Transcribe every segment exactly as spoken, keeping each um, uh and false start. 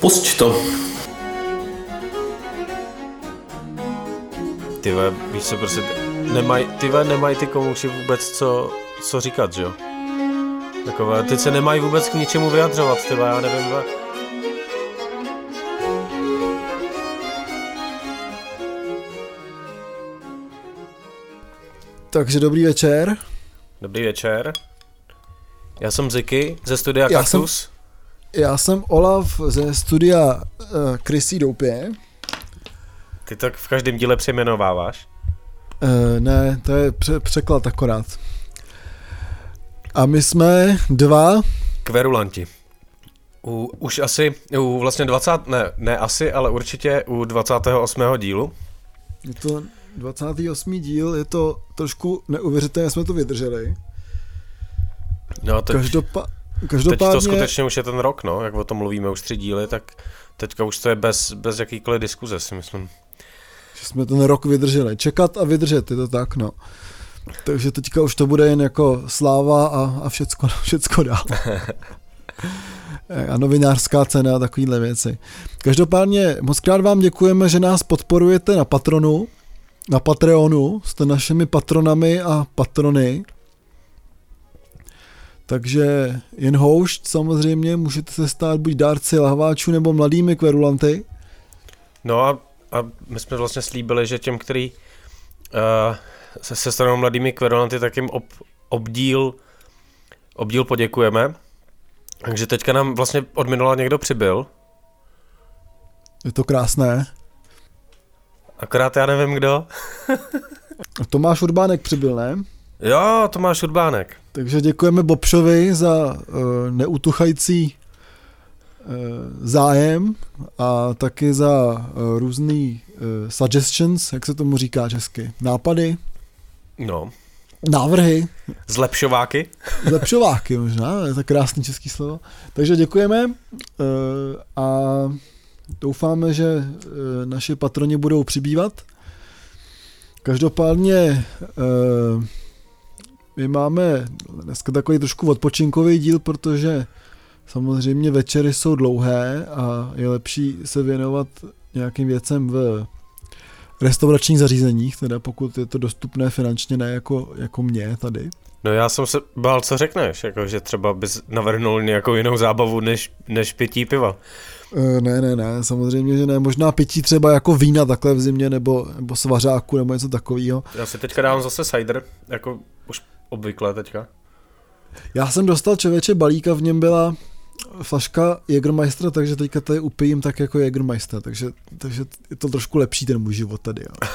Pusť to. Tyve, víš co, prostě nemaj, tyve nemají ty komouši vůbec co, co říkat, že jo? Takové, ty se nemají vůbec k ničemu vyjadřovat, tyve, já nevím, ve... Takže dobrý večer. Dobrý večer. Já jsem Ziky ze studia Já Kaktus. Jsem, já jsem Olaf ze studia uh, Krysí Doupě. Ty to v každém díle přejmenováváš? Uh, ne, to je pře- překlad akorát. A my jsme dva... Kverulanti. U, už asi, u vlastně dvacátého ne, ne asi, ale určitě u dvacátého osmého dílu. Je to dvacátý osmý díl, je to trošku neuvěřitelné, jsme to vydrželi. No teď, Každopa- každopádně... teď to skutečně už je ten rok, no, jak o tom mluvíme už tři díly, tak teďka už to je bez, bez jakýkoliv diskuze, si myslím. Že jsme ten rok vydrželi. Čekat a vydržet, je to tak, no. Takže teďka už to bude jen jako sláva a, a všecko, všecko dál. A novinářská cena a takovýhle věci. Každopádně moc krát vám děkujeme, že nás podporujete na Patronu, na Patreonu, jste našimi patronami a patrony. Takže jen houšť samozřejmě, můžete se stát buď dárci lahváčů nebo mladými kverulanty. No a, a my jsme vlastně slíbili, že těm, který uh, se, se stanou mladými kverulanty, tak jim ob, obdíl, obdíl poděkujeme. Takže teďka nám vlastně od minula někdo přibyl. Je to krásné. Akorát já nevím kdo. Tomáš Urbánek přibyl, ne? Jo, Tomáš Urbánek. Takže děkujeme Bobšovi za uh, neutuchající uh, zájem a taky za uh, různý uh, suggestions, jak se tomu říká česky, nápady, No. návrhy. Zlepšováky. Zlepšováky možná, je to krásný český slovo. Takže děkujeme uh, a doufáme, že uh, naši patroni budou přibývat. Každopádně uh, my máme dneska takový trošku odpočinkový díl, protože samozřejmě večery jsou dlouhé a je lepší se věnovat nějakým věcem v restauračních zařízeních, teda pokud je to dostupné finančně, ne jako, jako mě tady. No já jsem se bál, co řekneš, jako, že třeba bys navrhnul nějakou jinou zábavu než, než pití piva. E, ne, ne, ne, samozřejmě, že ne. Možná pití třeba jako vína takhle v zimě, nebo, nebo svařáku, nebo něco takového. Já si teďka dám zase cider, jako už obvykle teďka. Já jsem dostal člověče balík a v něm byla flaška Jägermeistera, takže teďka tady upijím tak jako Jägermeister, takže, takže je to trošku lepší ten můj život tady. Jo.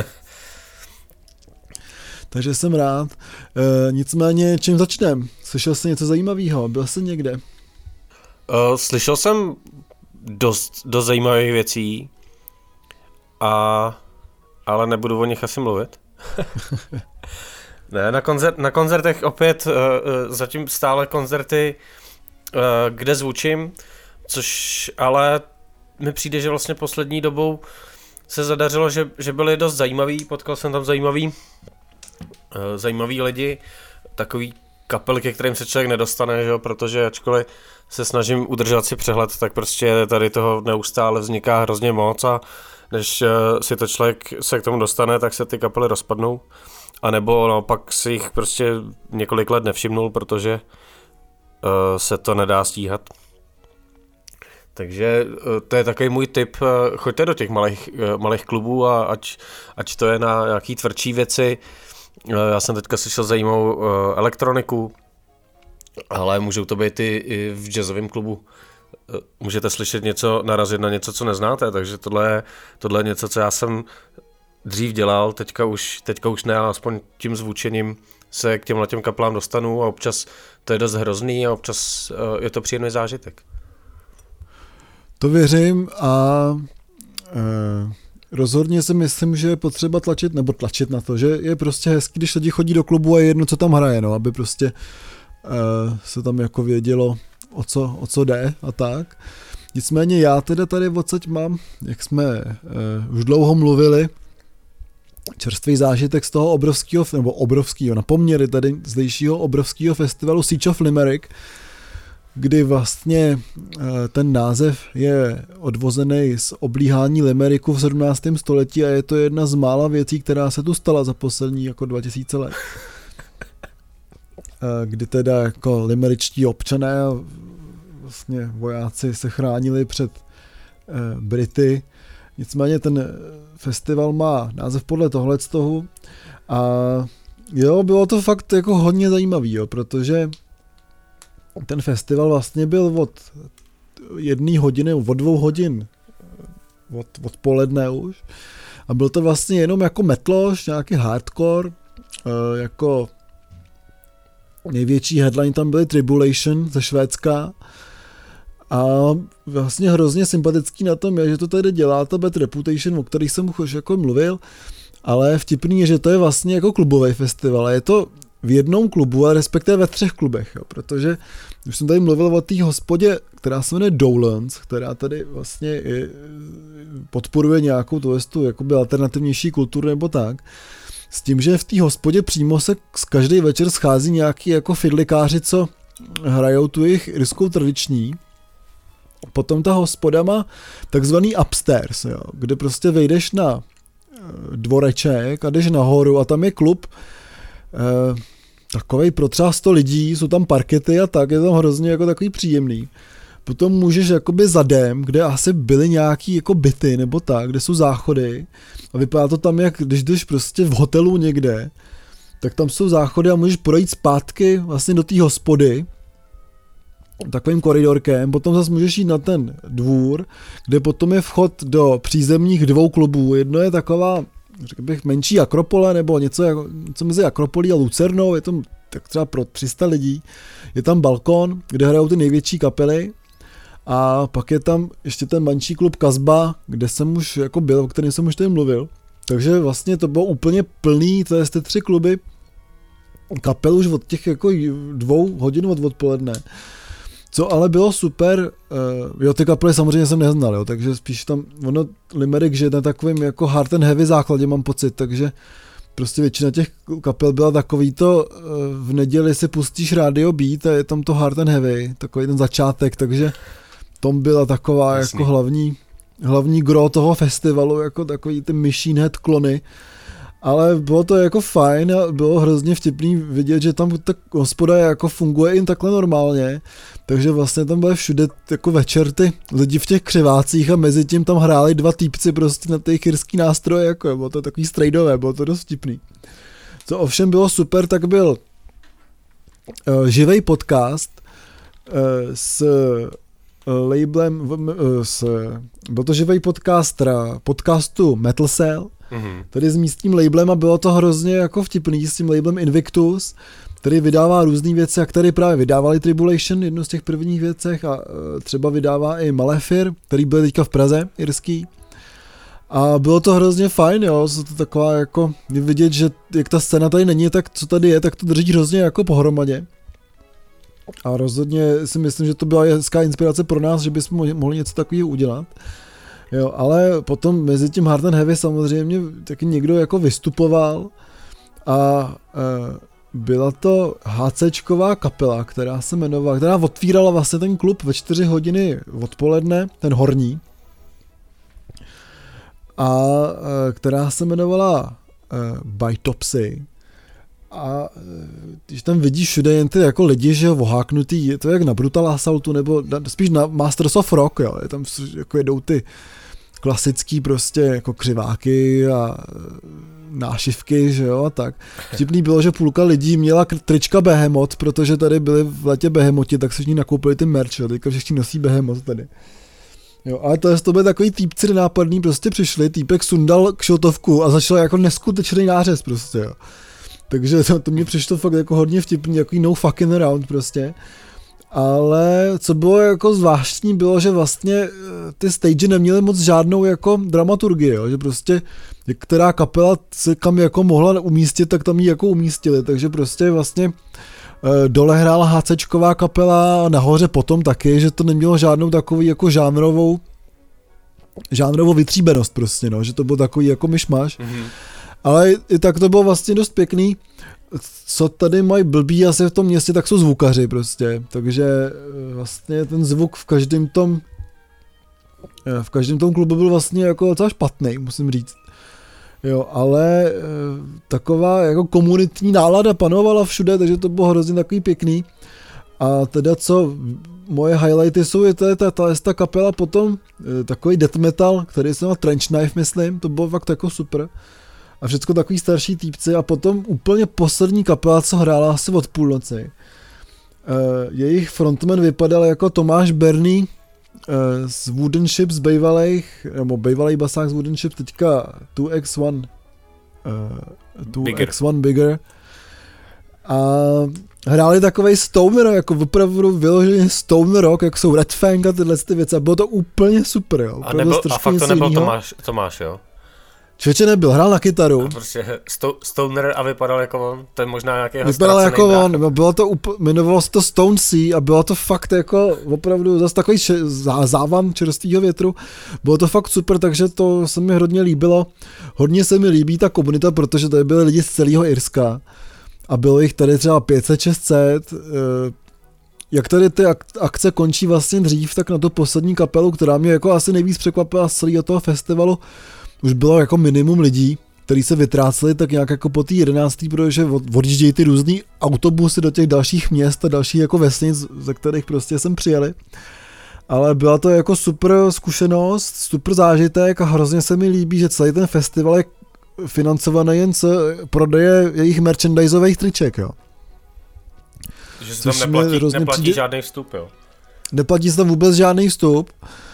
Takže jsem rád. E, nicméně, čím začnem? Slyšel jsi něco zajímavého? Byl jsi někde? Uh, slyšel jsem dost, dost zajímavých věcí, a, ale nebudu o nich asi mluvit. Ne, na, koncert, na koncertech opět uh, uh, zatím stále koncerty, uh, kde zvučím, což ale mi přijde, že vlastně poslední dobou se zadařilo, že, že byli dost zajímaví, potkal jsem tam zajímavý, uh, zajímavý lidi, takový kapely, ke kterým se člověk nedostane, že jo, protože ačkoliv se snažím udržovat si přehled, tak prostě tady toho neustále vzniká hrozně moc a než uh, si to člověk se k tomu dostane, tak se ty kapely rozpadnou. A nebo naopak si jich prostě několik let nevšimnul, protože uh, se to nedá stíhat. Takže uh, to je takový můj tip, uh, choďte do těch malých, uh, malých klubů a ať, ať to je na nějaký tvrdší věci. Uh, já jsem teďka slyšel zajímavou uh, elektroniku, ale můžou to být i, i v jazzovém klubu. Uh, můžete slyšet něco, narazit na něco, co neznáte, takže tohle je, tohle je něco, co já jsem dřív dělal, teďka už, teďka už ne, ale aspoň tím zvučením se k těmhle těm kaplám dostanu a občas to je dost hrozný a občas uh, je to příjemný zážitek. To věřím a e, rozhodně si myslím, že je potřeba tlačit, nebo tlačit na to, že je prostě hezký, když lidi chodí do klubu a je jedno, co tam hraje, no, aby prostě e, se tam jako vědělo, o co, o co jde a tak. Nicméně já teda tady odsaď mám, jak jsme e, už dlouho mluvili, čerstvý zážitek z toho obrovského, nebo obrovského, na poměry tady zdejšího obrovského festivalu Siege of Limerick, kdy vlastně ten název je odvozený z oblíhání Limericku v sedmnáctém století a je to jedna z mála věcí, která se tu stala za poslední jako dva tisíce let. Kdy teda jako limeričtí občané vlastně vojáci se chránili před Brity. Nicméně ten festival má název podle tohle z toho a jo, bylo to fakt jako hodně zajímavý, jo, protože ten festival vlastně byl od jedné hodiny, od dvou hodin od, odpoledne už a byl to vlastně jenom jako metloš, nějaký hardcore, jako největší headline tam byly Tribulation ze Švédska a vlastně hrozně sympatický na tom je, že to tady dělá ta Bad Reputation, o kterých jsem už jako mluvil, ale vtipný je, že to je vlastně jako klubový festival a je to v jednom klubu, ale respektive ve třech klubech, jo, protože už jsem tady mluvil o té hospodě, která se jmenuje Dolan's, která tady vlastně je, podporuje nějakou tu jakoby alternativnější kulturu nebo tak, s tím, že v té hospodě přímo se z každý večer schází nějaký jako fidlikáři, co hrajou tu jejich irskou tradiční. Potom ta hospoda má takzvaný upstairs, jo, kde prostě vejdeš na dvoreček a jdeš nahoru a tam je klub eh, takovej pro třeba sto lidí, jsou tam parkety a tak, je tam hrozně jako takový příjemný. Potom můžeš jakoby zadem, kde asi byly nějaký jako byty nebo tak, kde jsou záchody a vypadá to tam, jak když jdeš prostě v hotelu někde, tak tam jsou záchody a můžeš projít zpátky vlastně do té hospody takovým koridorkem, potom zase můžeš jít na ten dvůr, kde potom je vchod do přízemních dvou klubů. Jedno je taková, řekl bych, menší akropole, nebo něco, jako, něco mezi akropolí a Lucernou, je to tak třeba pro tři sta lidí. Je tam balkon, kde hrajou ty největší kapely a pak je tam ještě ten menší klub Kazba, kde jsem už jako byl, o kterém jsem už tady mluvil. Takže vlastně to bylo úplně plný, to je ty tři kluby kapel už od těch jako dvou hodin od odpoledne. Co ale bylo super, uh, jo, ty kapely samozřejmě jsem neznal, jo, takže spíš tam, ono Limerick, že na takovým jako hard and heavy základě mám pocit, takže prostě většina těch kapel byla takový to, uh, v neděli si pustíš Radio Beat a je tam to hard and heavy, takový ten začátek, takže tom byla taková Jasný. jako hlavní, hlavní gro toho festivalu, jako takový ty Machine Head klony. Ale bylo to jako fajn a bylo hrozně vtipný vidět, že tam ta hospoda jako funguje i takhle normálně, takže vlastně tam byly všude jako večer ty lidi v těch křivácích a mezi tím tam hráli dva týpci prostě na ty chyrský nástroje, jako bylo to takový strejdové, bylo to dost vtipný. Co ovšem bylo super, tak byl uh, živej podcast uh, s uh, labelem, uh, s, byl to živej podcast uh, podcastu Metal Cell, mm-hmm. tady s místním labelem a bylo to hrozně jako vtipný s tím labelem Invictus, který vydává různý věci, a který právě vydávali Tribulation, jedno z těch prvních věcech a uh, třeba vydává i Malefir, který byl teďka v Praze, irský. A bylo to hrozně fajn, jo, to taková jako vidět, že jak ta scéna tady není, tak co tady je, tak to drží hrozně jako pohromadě. A rozhodně si myslím, že to byla hezká inspirace pro nás, že bychom mohli něco takového udělat. Jo, ale potom mezi tím hard and heavy samozřejmě taky někdo jako vystupoval a e, byla to HCčková kapela, která se jmenovala, která otvírala vlastně ten klub ve čtyři hodiny odpoledne, ten horní, a e, která se jmenovala e, Bitopsy. A když tam vidíš všude jen ty jako lidi, že oháknutý, je to jak na Brutal Assaultu, nebo spíš na Masters of Rock, jo, je tam jako jedou ty klasický prostě jako křiváky a nášivky, že jo, a tak. Vtipný bylo, že půlka lidí měla trička Behemoth, protože tady byly v létě Behemoti, tak se všichni nakoupili ty merch, jo, teďka všichni nosí Behemoth tady. Jo, ale to, to byly takový týpci nenápadný, prostě přišli, týpek sundal kšotovku a začal jako neskutečný nářez prostě, jo. Takže to, to mě přišlo fakt jako hodně vtipný, jako no fucking around prostě. Ale co bylo jako zvláštní, bylo, že vlastně ty stage neměly moc žádnou jako dramaturgii, jo? Že prostě která kapela se kam jako mohla umístit, tak tam ji jako umístili, takže prostě vlastně dole hrála HCčková kapela a nahoře potom taky, že to nemělo žádnou takovou jako žánrovou žánrovou vytříbenost prostě, no, že to bylo takový jako myšmaš. Mm-hmm. Ale i tak to bylo vlastně dost pěkný. co tady mají blbý asi v tom městě, tak jsou zvukaři prostě, takže vlastně ten zvuk v každém tom v každém tom klubu byl vlastně jako docela špatný, musím říct. Jo, ale taková jako komunitní nálada panovala všude, takže to bylo hrozně takový pěkný. A teda co moje highlighty jsou, je ta, ta, ta, ta kapela potom, takový death metal, který se má Trench Knife, myslím, to bylo fakt jako super. A všechno takový starší týpci a potom úplně poslední kapela, co hrála asi od půlnoci. Jejich frontman vypadal jako Tomáš Berný z Wooden Ships bývalých, nebo bývalý basák z Wooden Ships, teďka two X one two X one Bigger. A hráli takovej stoner, jako opravdu vyloženě stoner rock, jak jsou Red Fang a tyhle ty věci. A bylo to úplně super, jo. A, nebyl, a fakt to nebyl Tomáš, Tomáš, jo? Člověče nebyl, hrál na kytaru. A prostě sto, stoner a vypadal jako on, to je možná nějaký jeho vypadal jako brách. On, bylo to, jmenovalo se to Stone Sea a bylo to fakt jako opravdu zase takový š, zá, závan čerstvýho větru. Bylo to fakt super, takže to se mi hodně líbilo. Hodně se mi líbí ta komunita, protože tady byli lidi z celého Irska. A bylo jich tady třeba pět set šest set. Jak tady ty akce končí vlastně dřív, tak na tu poslední kapelu, která mě jako asi nejvíc překvapila z celého toho festivalu, už bylo jako minimum lidí, kteří se vytráceli tak nějak jako po té jedenácté, protože odjíždějí ty různý autobusy do těch dalších měst a dalších jako vesnic, ze kterých prostě jsem přijeli. Ale byla to jako super zkušenost, super zážitek a hrozně se mi líbí, že celý ten festival je financovaný jen z prodeje jejich merchandiseových triček, jo. Že se tam neplatí, neplatí přijde... žádný vstup, jo. Neplatí se tam vůbec žádný vstup.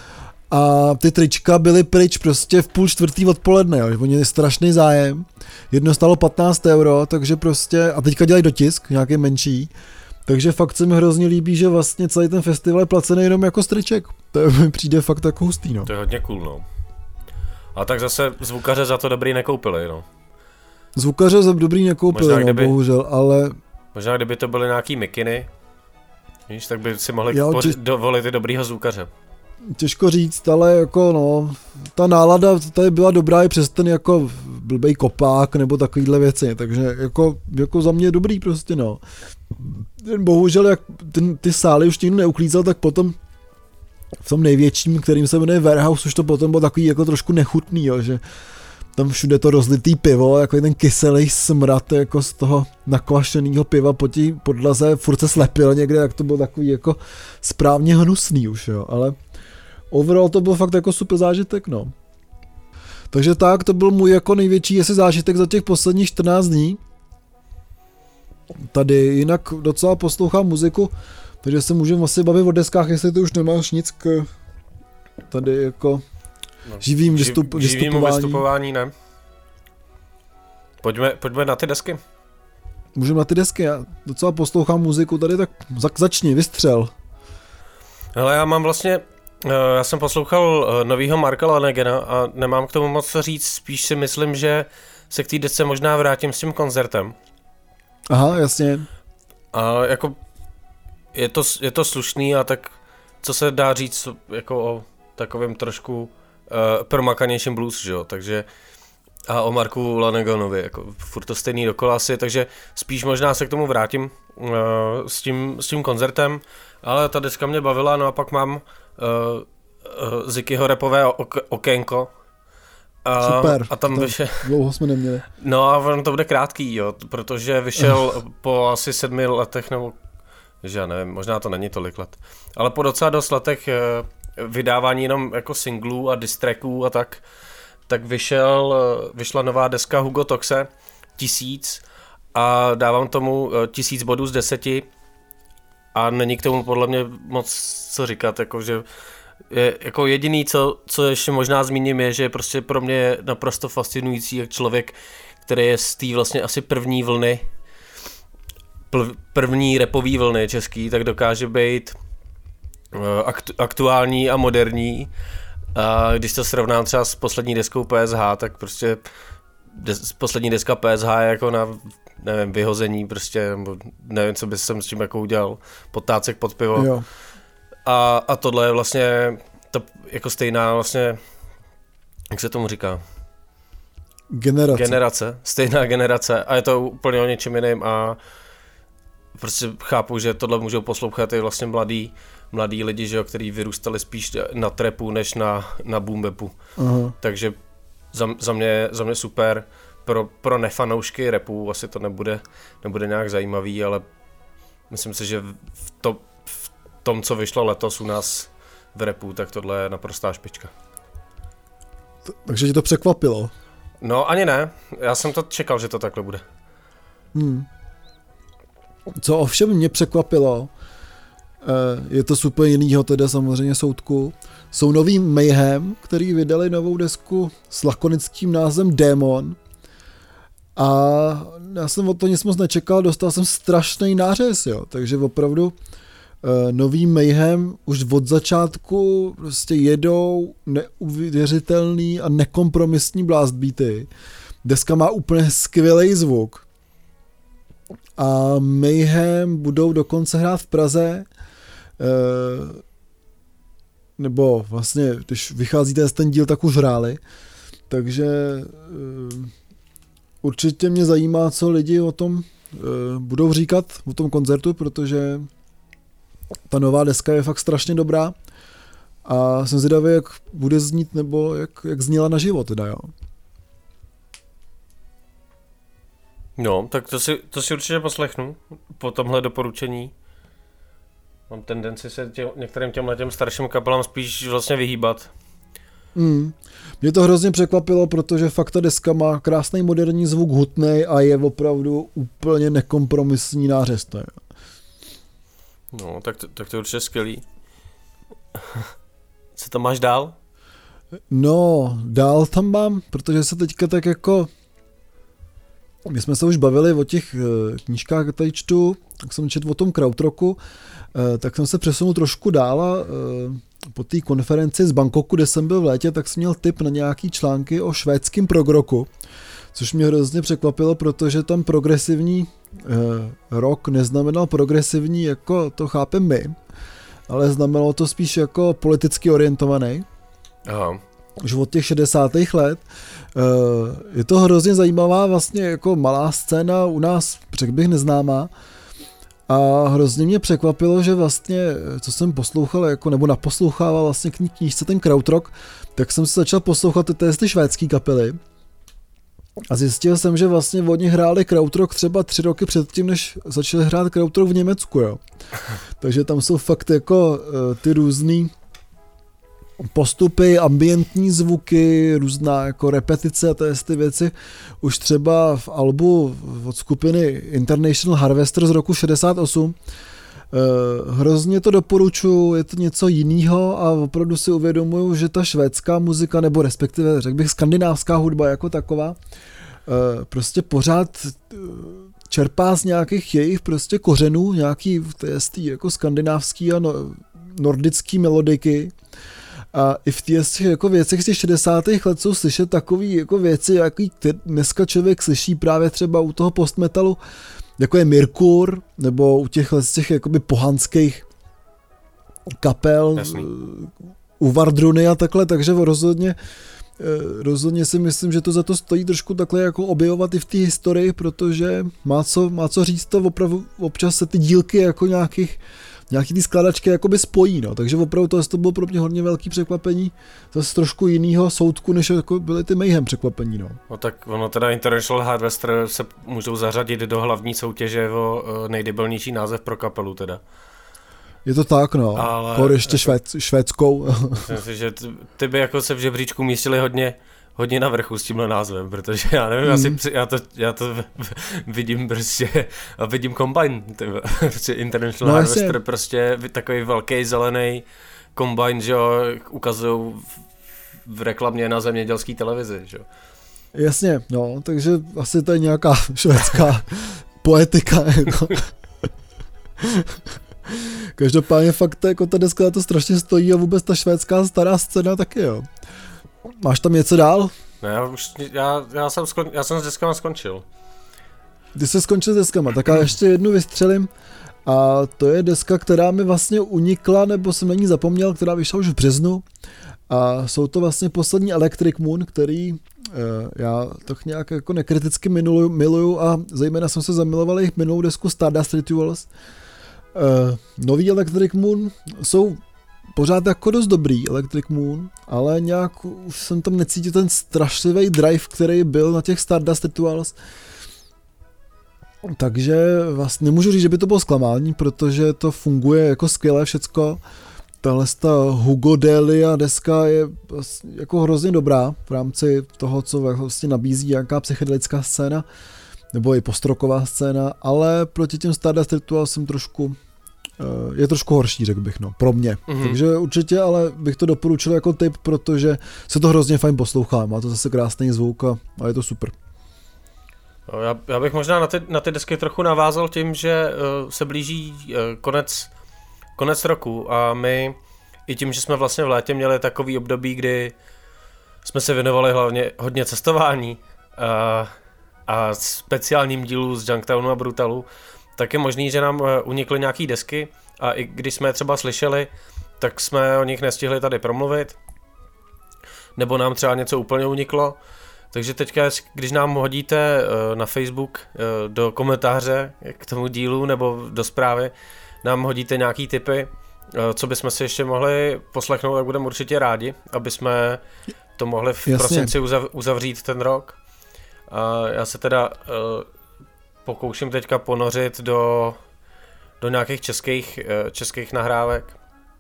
A ty trička byly pryč prostě v půl čtvrtý odpoledne, jo. Oni měli strašný zájem. Jedno stálo patnáct euro, takže prostě, a teďka dělají dotisk, nějaký menší. Takže fakt se mi hrozně líbí, že vlastně celý ten festival je placený jenom jako z triček. To mi přijde fakt jako hustý, no. To je hodně cool, no. A tak zase zvukaře za to dobrý nekoupili, no. Zvukaře za dobrý nekoupili, možná, kdyby, no, bohužel, ale... Možná kdyby to byly nějaký mikiny, víš, tak by si mohli jo, těž... dovolit i dobrýho zvukaře. Těžko říct, ale jako no, ta nálada tady byla dobrá i přes ten jako blbej kopák nebo takovýhle věci, takže jako, jako za mě dobrý prostě, no. Bohužel, jak ten, ty sály už nikdo neuklízel, tak potom v tom největším, kterým se jmenuje Warehouse, už to potom bylo takový jako trošku nechutný, jo, že tam všude to rozlitý pivo, jako ten kyselý smrad jako z toho nakvašenýho piva po tí podlaze, furt se slepil někde, jak to bylo takový jako správně hnusný už, jo, ale overall to byl fakt jako super zážitek, no. Takže tak, to byl můj jako největší jestli zážitek za těch posledních čtrnáct dní. Tady jinak docela poslouchám muziku, takže se můžeme asi bavit o deskách, jestli ty už nemáš nic k tady jako no, živým vystup, živ, vystupování. vystupování, ne. Pojďme, pojďme na ty desky. Můžeme na ty desky, já docela poslouchám muziku tady, tak začni, vystřel. Hele, já mám vlastně, já jsem poslouchal novýho Marka Lanegena a nemám k tomu moc co říct, spíš si myslím, že se k té desce možná vrátím s tím koncertem. Aha, jasně. A jako je to, je to slušný a tak co se dá říct jako o takovém trošku uh, promakanějším blues, že jo, takže a o Marku Laneganovi, jako furt to stejný dokola asi, takže spíš možná se k tomu vrátím uh, s, tím, s tím koncertem, ale ta deska mě bavila, no a pak mám uh, uh, Zickyho rapové ok- okénko. A, super, a tam vyšel... dlouho jsme neměli. No a on to bude krátký, jo, protože vyšel po asi sedmi letech, nebo že já nevím, možná to není tolik let, ale po docela dost letech vydávání jenom jako singlů a distracků a tak, tak vyšel, vyšla nová deska Hugo Toxe, tisíc a dávám tomu tisíc bodů z deseti a není k tomu podle mě moc co říkat, jakože je, jako jediný, co, co ještě možná zmíním, je, že prostě pro mě je naprosto fascinující, jak člověk, který je z té vlastně asi první vlny, pl, první rapový vlny český, tak dokáže být uh, aktu, aktuální a moderní. A když to srovnám třeba s poslední deskou P S H, tak prostě des, poslední deska P S H je jako na, nevím, vyhození prostě, nebo nevím, co bych jsem s tím jako udělal, potácek pod pivo. Jo. A, a tohle je vlastně to jako stejná vlastně, jak se tomu říká, generace. generace, stejná generace a je to úplně o něčem jiným a prostě chápu, že tohle můžou poslouchat i vlastně mladí, mladí lidi, že jo, který vyrůstali spíš na trapu než na, na boom bapu. Aha. Takže za, za, mě, za mě super. Pro, pro nefanoušky rapu asi to nebude, nebude nějak zajímavý, ale myslím si, že v, to, v tom, co vyšlo letos u nás v rapu, tak tohle je naprostá špička. Takže tě to překvapilo? No ani ne, já jsem to čekal, že to takhle bude. Hmm. Co ovšem mě překvapilo, je to super jinýho teda samozřejmě soudku, jsou nový Mayhem, který vydali novou desku s lakonickým názvem Démon a já jsem od toho nic moc nečekal, dostal jsem strašný nářez, jo, takže opravdu nový Mayhem už od začátku prostě jedou neuvěřitelný a nekompromisní blast beaty. Deska má úplně skvělý zvuk. A Mayhem budou dokonce hrát v Praze, nebo vlastně, když vychází ten díl, tak už hráli. Takže určitě mě zajímá, co lidi o tom budou říkat, o tom koncertu, protože ta nová deska je fakt strašně dobrá a jsem zvědavý, jak bude znít, nebo jak, jak zněla naživo teda, jo. No, tak to si, to si určitě poslechnu po tomhle doporučení. Mám tendenci se tě, některým těmhle těm starším kapelám spíš vlastně vyhýbat. Mm. Mě to hrozně překvapilo, protože fakt ta deska má krásný moderní zvuk, hutnej a je opravdu úplně nekompromisní nářez. No, tak to, tak to je určitě skvělý. Co tam máš dál? No, dál tam mám, protože se teďka tak jako... My jsme se už bavili o těch knížkách, které tady čtu, tak jsem četl o tom krautrocku, tak jsem se přesunul trošku dál a po té konferenci z Bangkoku, kde jsem byl v létě, tak jsem měl tip na nějaký články o švédském progroku, což mě hrozně překvapilo, protože tam progresivní rock neznamenal progresivní, jako to chápeme my, ale znamenalo to spíš jako politicky orientovaný. Aha. Už od těch šedesátých let. Je to hrozně zajímavá vlastně jako malá scéna u nás, řekl bych, neznámá. A hrozně mě překvapilo, že vlastně, co jsem poslouchal, jako, nebo naposlouchával vlastně k knížce ten krautrock, tak jsem se začal poslouchat ty, ty švédský kapely. A zjistil jsem, že vlastně oni hráli krautrock třeba tři roky předtím, než začali hrát krautrock v Německu, jo. Takže tam jsou fakt jako ty různý postupy, ambientní zvuky, různá jako repetice a ty věci. Už třeba v albu od skupiny International Harvester z roku šedesát osm eh, hrozně to doporučuji, je to něco jiného a opravdu si uvědomuju, že ta švédská muzika, nebo respektive řekl bych skandinávská hudba jako taková, eh, prostě pořád čerpá z nějakých jejich prostě kořenů, nějaký tý jako skandinávský a no, nordický melodiky. A i v těch jako věcech z těch šedesátých let jsou slyšet takové jako věci, jaký dneska člověk slyší právě třeba u toho postmetalu, jako je Mirkur, nebo u těch, těch jakoby pohanských kapel, Jasný. U Vardruny a takhle, takže rozhodně, rozhodně si myslím, že to za to stojí trošku takhle jako objevovat i v té historii, protože má co, má co říct to opravdu, občas se ty dílky jako nějakých nějaký ty skladačky jakoby spojí, no, takže opravdu to, to bylo pro mě hodně velký překvapení, zase trošku jinýho soudku, než jako byly ty Mayhem překvapení, no. No tak ono teda International Harvester se můžou zařadit do hlavní soutěže o nejdebilnější název pro kapelu teda. Je to tak, no, ale kor ještě švéd, švédskou. Myslím si, že ty by jako se v žebříčku místili hodně hodně na vrchu s tímhle názvem, protože já nevím, mm. asi při, já, to, já to vidím prostě a vidím Combine, prostě International no, Harvester, jasně. Prostě takový velký zelený Combine, že jo, ukazují v reklamě na zemědělské televizi, že jo. Jasně, no, takže asi to je nějaká švédská poetika, jako. Každopádně fakt jako ta deska na to strašně stojí a vůbec ta švédská stará scéna taky, jo. Máš tam něco dál? Ne, já, už, já, já, jsem, skon, já jsem s deskama skončil. Ty jsi skončil s deskama, tak já ještě jednu vystřelím a to je deska, která mi vlastně unikla, nebo jsem na ní zapomněl, která vyšla už v březnu a jsou to vlastně poslední Electric Moon, který já to nějak jako nekriticky miluju, miluju a zejména jsem se zamiloval jejich minulou desku Stardust Rituals. Nový Electric Moon jsou pořád jako dost dobrý Electric Moon, ale nějak už jsem tam necítil ten strašlivý drive, který byl na těch Stardust Rituals. Takže vlastně nemůžu říct, že by to bylo zklamání, protože to funguje jako skvěle všecko. Tahle ta Hugo Delia deska je jako hrozně dobrá v rámci toho, co vlastně nabízí nějaká psychedelická scéna, nebo i postroková scéna, ale proti těm Stardust Rituals jsem trošku, je trošku horší, řekl bych, no, pro mě. Mm-hmm. Takže určitě, ale bych to doporučil jako tip, protože se to hrozně fajn poslouchá, má to zase krásný zvuk a, a je to super. Já, já bych možná na ty, na ty desky trochu navázal tím, že uh, se blíží uh, konec, konec roku a my i tím, že jsme vlastně v létě měli takový období, kdy jsme se věnovali hlavně hodně cestování uh, a speciálním dílu z Junktownu a Brutalu, tak je možný, že nám uh, unikly nějaký desky a i když jsme je třeba slyšeli, tak jsme o nich nestihli tady promluvit, nebo nám třeba něco úplně uniklo. Takže teďka, když nám hodíte na Facebook do komentáře k tomu dílu nebo do zprávy, nám hodíte nějaký tipy, co bychom si ještě mohli poslechnout, tak budeme určitě rádi, aby jsme to mohli v Jasně. prosinci uzavřít ten rok. A já se teda pokouším teďka ponořit do, do nějakých českých, českých nahrávek,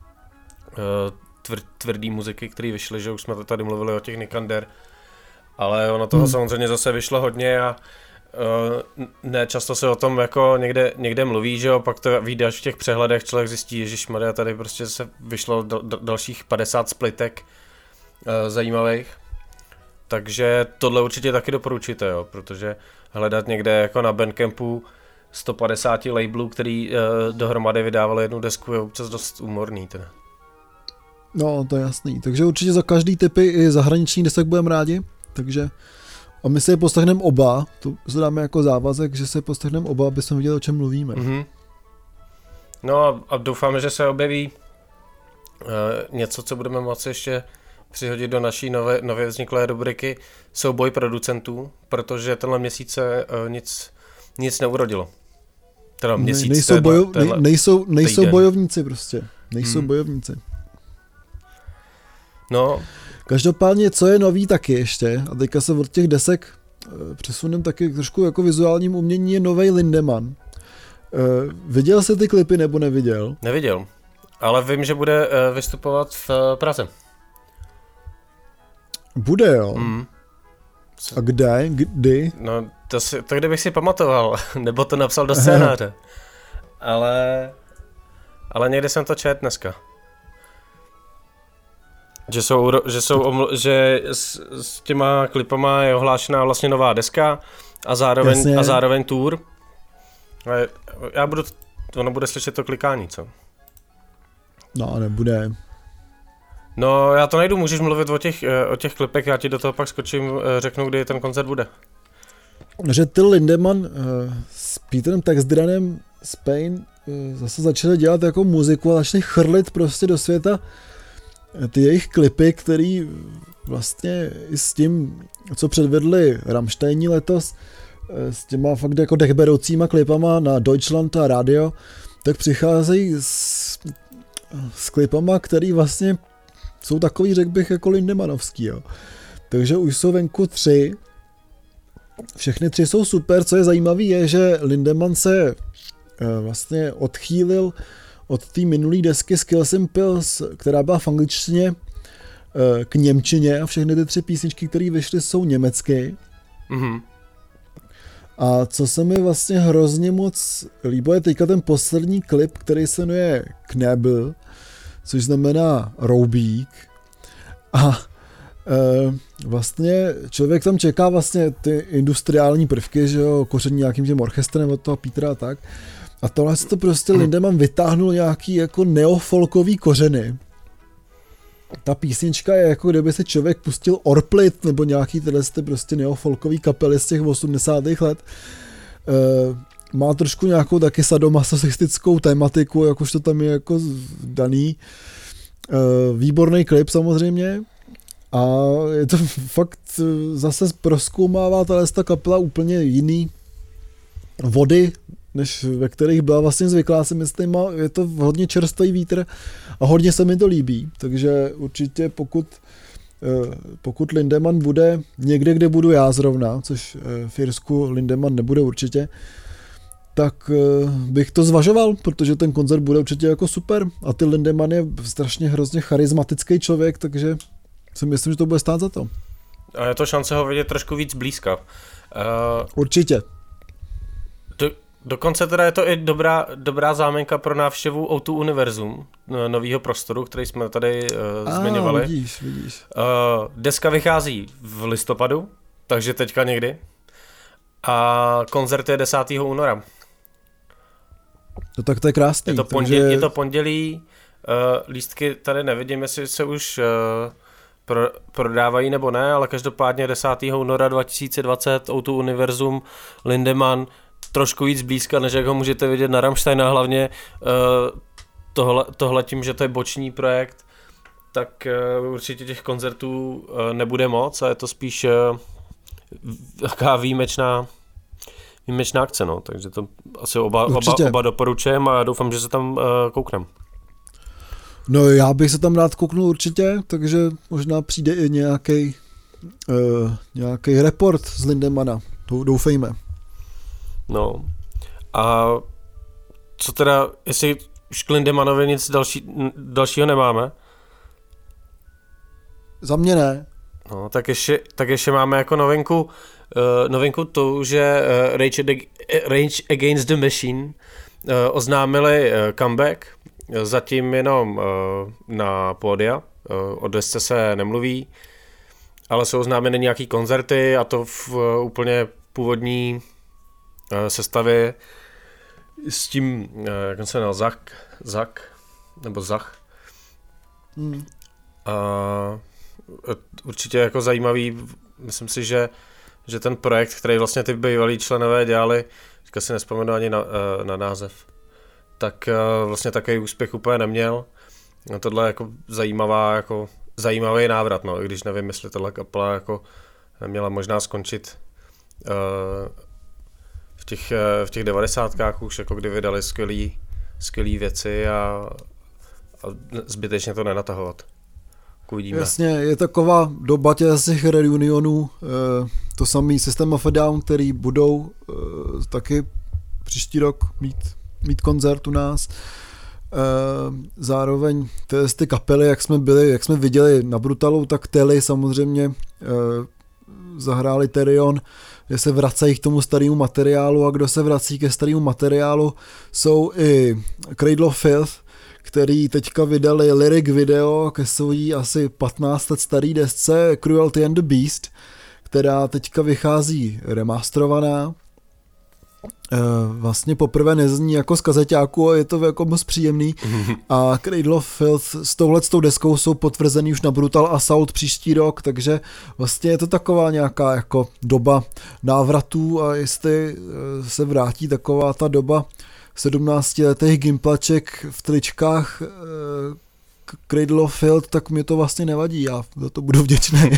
tvr, tvrdý muziky, které vyšly, že už jsme tady mluvili o těch Nikander. Ale ono toho hmm. samozřejmě zase vyšlo hodně a uh, ne často se o tom jako někde, někde mluví, že jo, pak to vyjde až v těch přehledech, člověk zjistí, ježišmarja, tady prostě se vyšlo do, do, dalších padesát splitek uh, zajímavých. Takže tohle určitě taky doporučíte, jo, protože hledat někde jako na Bandcampu sto padesát labelů, který uh, dohromady vydávali jednu desku, je občas dost úmorný teda. No, to je jasný. Takže určitě za každý typy i zahraniční desek budeme rádi. Takže a my si je poslechneme oba, to dáme jako závazek, že se poslechneme oba, aby jsme viděli, o čem mluvíme. Mm-hmm. No a, a doufáme, že se objeví uh, něco, co budeme moci ještě přihodit do naší nové, nově vzniklé rubriky Souboj producentů, protože tenhle měsíc se uh, nic, nic neurodilo. Teda měsíc, ne, nejsou, teda, bojo, tenhle, nej, nejsou, nejsou bojovníci prostě, nejsou hmm. bojovníci. No. Každopádně, co je nový taky ještě, a teďka se od těch desek přesunem taky trošku jako vizuálním umění, je novej Lindemann. Uh, viděl jsi ty klipy nebo neviděl? Neviděl, ale vím, že bude uh, vystupovat v uh, Praze. Bude, jo? Mm. A kde? Kdy? No, to, si, to kdybych si pamatoval, nebo to napsal do scénáře. ale, ale někde jsem to čet dneska. Že jsou, že, jsou oml- že s, s těma klipama je ohlášená vlastně nová deska a zároveň, a zároveň tour. A já budu, ono bude slyšet to klikání, co? No, nebude. No, já to najdu, můžeš mluvit o těch, o těch klipech, já ti do toho pak skočím, řeknu, kdy ten koncert bude. Že Till Lindemann uh, s Peterem Textdranem z Pain uh, zase začali dělat jako muziku a začali chrlit prostě do světa ty jejich klipy, který vlastně i s tím, co předvedli Rammsteini letos, s těma fakt jako dechberoucíma klipama na Deutschland a Radio, tak přicházejí s, s klipama, který vlastně jsou takový, řekl bych, jako Lindemanovský. Jo. Takže už jsou venku tři. Všechny tři jsou super. Co je zajímavé, je, že Lindemann se vlastně odchýlil od té minulé desky Skills and Pills, která byla v angličtině, k němčině a všechny ty tři písničky, které vyšly, jsou německé. Mm-hmm. A co se mi vlastně hrozně moc líbilo, je teďka ten poslední klip, který se jmenuje Knebel, což znamená roubík. A e, vlastně člověk tam čeká vlastně ty industriální prvky, že jo, koření nějakým těm orchestrem od toho Petra a tak. A tohle to prostě Lindemann vytáhnul nějaký jako neofolkový kořeny. Ta písnička je jako kdyby se člověk pustil Orplit nebo nějaký tyhle prostě neofolkový kapely z těch osmdesátých let. E, má trošku nějakou taky sadomasochistickou tématiku, jakož to tam je jako daný. E, výborný klip samozřejmě. A je to fakt, zase prozkoumává ta kapela úplně jiný vody, než ve kterých byla vlastně zvyklá, si myslím, je to hodně čerstvý vítr a hodně se mi to líbí, takže určitě pokud pokud Lindemann bude někde, kde budu já zrovna, což v Irsku Lindemann nebude určitě, tak bych to zvažoval, protože ten koncert bude určitě jako super a ty Lindemann je strašně hrozně charismatický člověk, takže si myslím, že to bude stát za to. A je to šance ho vidět trošku víc blízka. Uh, určitě. Do, dokonce teda je to i dobrá, dobrá záminka pro návštěvu ó dva Univerzum, novýho prostoru, který jsme tady uh, ah, zmiňovali. Vidíš, vidíš. Uh, deska vychází v listopadu, takže teďka někdy. A koncert je desátého února. No tak to je krásný. Je to pondělí, takže... je to pondělí uh, lístky tady nevidím, jestli se už uh, pro, prodávají nebo ne, ale každopádně desátého února dva tisíce dvacet ó dva Univerzum, Lindemann, trošku víc blízka, než jak ho můžete vidět na Rammstein, a hlavně uh, tohle, tohle tím, že to je boční projekt, tak uh, určitě těch koncertů uh, nebude moc a je to spíš uh, taková výjimečná výjimečná akce, no, takže to asi oba, oba, oba doporučujem a doufám, že se tam uh, kouknem. No já bych se tam rád kouknul určitě, takže možná přijde i nějaký uh, nějaký report z Lindemana, doufejme. No a co teda, jestli už k Lindemanovi nic další, dalšího nemáme? Za mě ne. No, tak ještě, tak ještě máme jako novinku, uh, novinku tu, že uh, Rage, Rage Against the Machine uh, oznámili uh, comeback, zatím jenom uh, na pódia, uh, o desce se nemluví, ale jsou oznámeny nějaký koncerty a to v uh, úplně původní uh, sestavě s tím, uh, jak se jmenuje, Zach, Zach, nebo Zach. Hmm. Uh, určitě jako zajímavý, myslím si, že, že ten projekt, který vlastně ty bývalí členové dělali, teďka si nespomenu ani na, na název, tak vlastně takový úspěch úplně neměl. A tohle je jako zajímavá, jako zajímavý návrat, no, i když nevím, jestli tohle kapela jako měla možná skončit uh, v těch, v těch devadesátkách už, jako kdy vydali skvělý, skvělý věci a, a zbytečně to nenatahovat. Uvidíme. Jasně, je taková doba těch reunionů, to samý System of a Down, který budou taky příští rok mít, mít koncert u nás. Zároveň ty kapely, jak jsme byli, jak jsme viděli na Brutalu, tak Telly samozřejmě zahráli Therion, že se vracají k tomu starému materiálu, a kdo se vrací ke starému materiálu, jsou i Cradle of Filth, který teďka vydali lyric video ke svojí asi patnáct let starý desce Cruelty and the Beast, která teďka vychází remasterovaná. Vlastně poprvé nezní jako z kazeťáku a je to jako moc příjemný. A Cradle of Filth s touhletou deskou jsou potvrzený už na Brutal Assault příští rok, takže vlastně je to taková nějaká jako doba návratů, a jestli se vrátí taková ta doba sedmnáctiletých gimplaček v tričkách Cradle of Filth, tak mi to vlastně nevadí, já za to budu vděčný.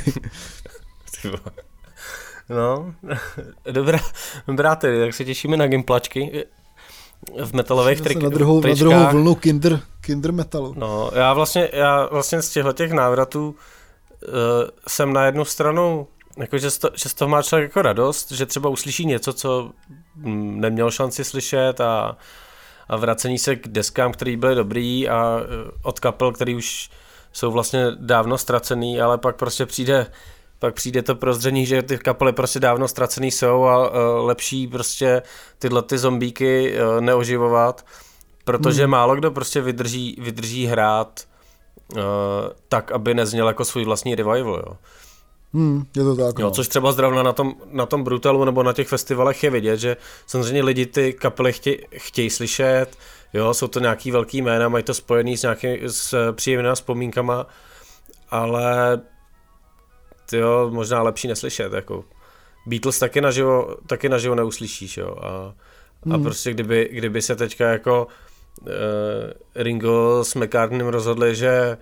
No, dobrá, dobrá tedy, tak se těšíme na gimplačky v metalových trik, na druhou, tričkách. Na druhou vlnu kinder, kinder metalu. No, já vlastně, já vlastně z těchto těch návratů uh, jsem na jednu stranu, jako, že, z to, že z toho má člověk jako radost, že třeba uslyší něco, co mm, neměl šanci slyšet, a, a vracení se k deskám, které byly dobrý, a uh, od kapel, které už jsou vlastně dávno ztracený, ale pak prostě přijde pak přijde to prozření, že ty kapely prostě dávno ztracený jsou a uh, lepší prostě tyhle ty zombíky uh, neoživovat, protože hmm. málo kdo prostě vydrží, vydrží hrát uh, tak, aby nezněl jako svůj vlastní revival, jo. Hmm, je to tak. Jo, což třeba zrovna na tom, na tom Brutalu nebo na těch festivalech je vidět, že samozřejmě lidi ty kapely chtějí, chtějí slyšet, jo, jsou to nějaký velký jména, mají to spojený s nějakými s příjemnými vzpomínkama, ale jo, možná lepší neslyšet, jako Beatles taky naživo, taky naživo neuslyšíš, jo, a, hmm. a prostě kdyby, kdyby se teďka jako uh, Ringo s McCartneym rozhodli, že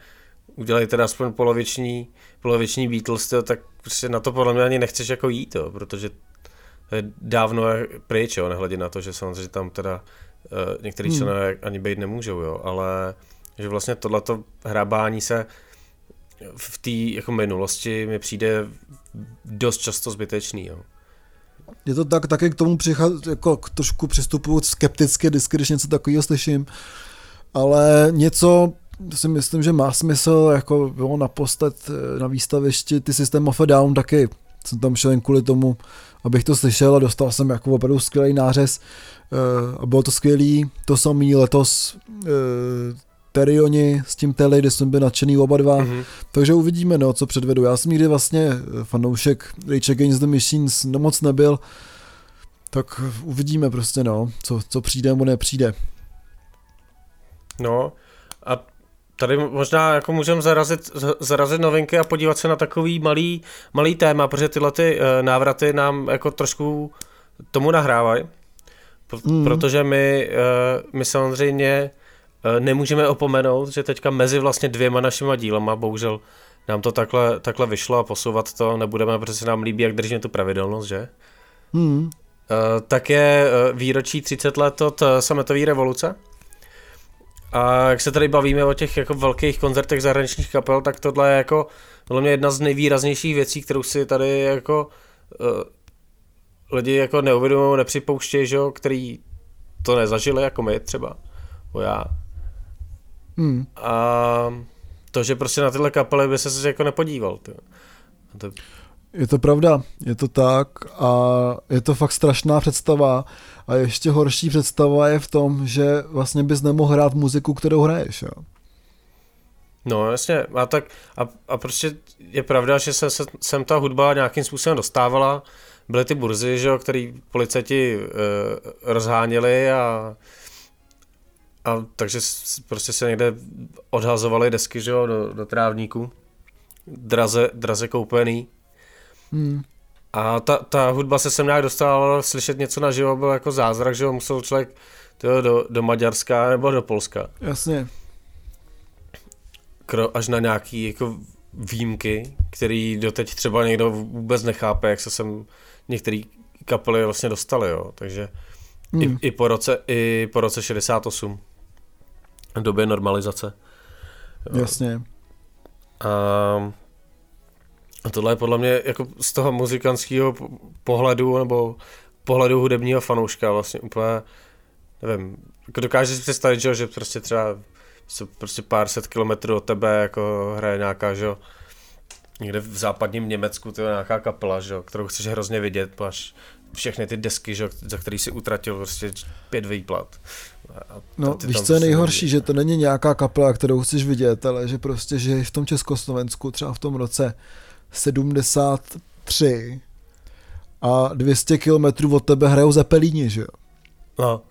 udělají teda aspoň poloviční, poloviční Beatles, to, tak prostě na to podle mě ani nechceš jako jít, jo, protože to je dávno pryč, jo, nehledě na to, že samozřejmě tam teda uh, některý hmm. členové ani být nemůžou, jo, ale že vlastně tohleto hrábání se v té jako minulosti mi přijde dost často zbytečný, jo. Je to tak, taky k tomu přichází, jako k trošku přistupuju skepticky vždycky, když něco takového slyším, ale něco si myslím, že má smysl, jako bylo naposled na výstavišti ty System of a Down taky, jsem tam šel jen kvůli tomu, abych to slyšel a dostal jsem jako opravdu skvělý nářez a bylo to skvělý, to samý letos Terioni s tím Telly, kde jsme byli nadšený oba dva, mm-hmm. takže uvidíme, no, co předvedu. Já jsem nikdy vlastně fanoušek Rage Against the Machines no moc nebyl, tak uvidíme prostě, no, co, co přijde nebo nepřijde. No a tady možná jako můžeme zarazit, zarazit novinky a podívat se na takový malý, malý téma, protože tyhle ty návraty nám jako trošku tomu nahrávají, mm. protože my, my samozřejmě nemůžeme opomenout, že teďka mezi vlastně dvěma našima dílama, bohužel nám to takhle, takhle vyšlo a posouvat to nebudeme, protože se nám líbí, jak držíme tu pravidelnost, že? Hmm. Uh, tak je výročí třicet let od sametové revoluce. A jak se tady bavíme o těch jako velkých koncertech zahraničních kapel, tak tohle je jako podle mě jedna z nejvýraznějších věcí, kterou si tady jako uh, lidi jako neuvědomují, nepřipouštějí, že jo, který to nezažili, jako my třeba, o já. Hmm. A to, že prostě na tyhle kapely by se jako nepodíval. To... Je to pravda, je to tak a je to fakt strašná představa a ještě horší představa je v tom, že vlastně bys nemohl hrát muziku, kterou hraješ, jo. No jasně, a tak a, a prostě je pravda, že se, se sem ta hudba nějakým způsobem dostávala, byly ty burzy, že jo, který policajti e, rozháněli a A takže prostě se někde odhazovaly desky, že jo, do, do trávníku, draze, draze koupený. Hmm. A ta, ta hudba se sem nějak dostala, slyšet něco naživo byl jako zázrak, že jo, musel člověk tyjo, do, do Maďarska nebo do Polska. Jasně. Kro, až na nějaký jako výjimky, který doteď třeba někdo vůbec nechápe, jak se sem některé kapely vlastně dostaly, jo, takže hmm. i, i, po roce, i po roce šedesát osm. V době normalizace. Jasně. A, a tohle je podle mě jako z toho muzikantského pohledu nebo pohledu hudebního fanouška vlastně úplně, nevím, jako dokážeš si představit, že, že prostě třeba prostě pár set kilometrů od tebe jako hraje nějaká, že někde v západním Německu to je nějaká kapela, že, kterou chceš hrozně vidět, máš všechny ty desky, že, za který si utratil prostě pět výplat. No, víš, co je nejhorší, že to není nějaká kapela, kterou chceš vidět, ale že prostě, že v tom Československu třeba v tom roce sedmdesát tři a dvě stě kilometrů od tebe hrajou Zeppelini, že jo? No.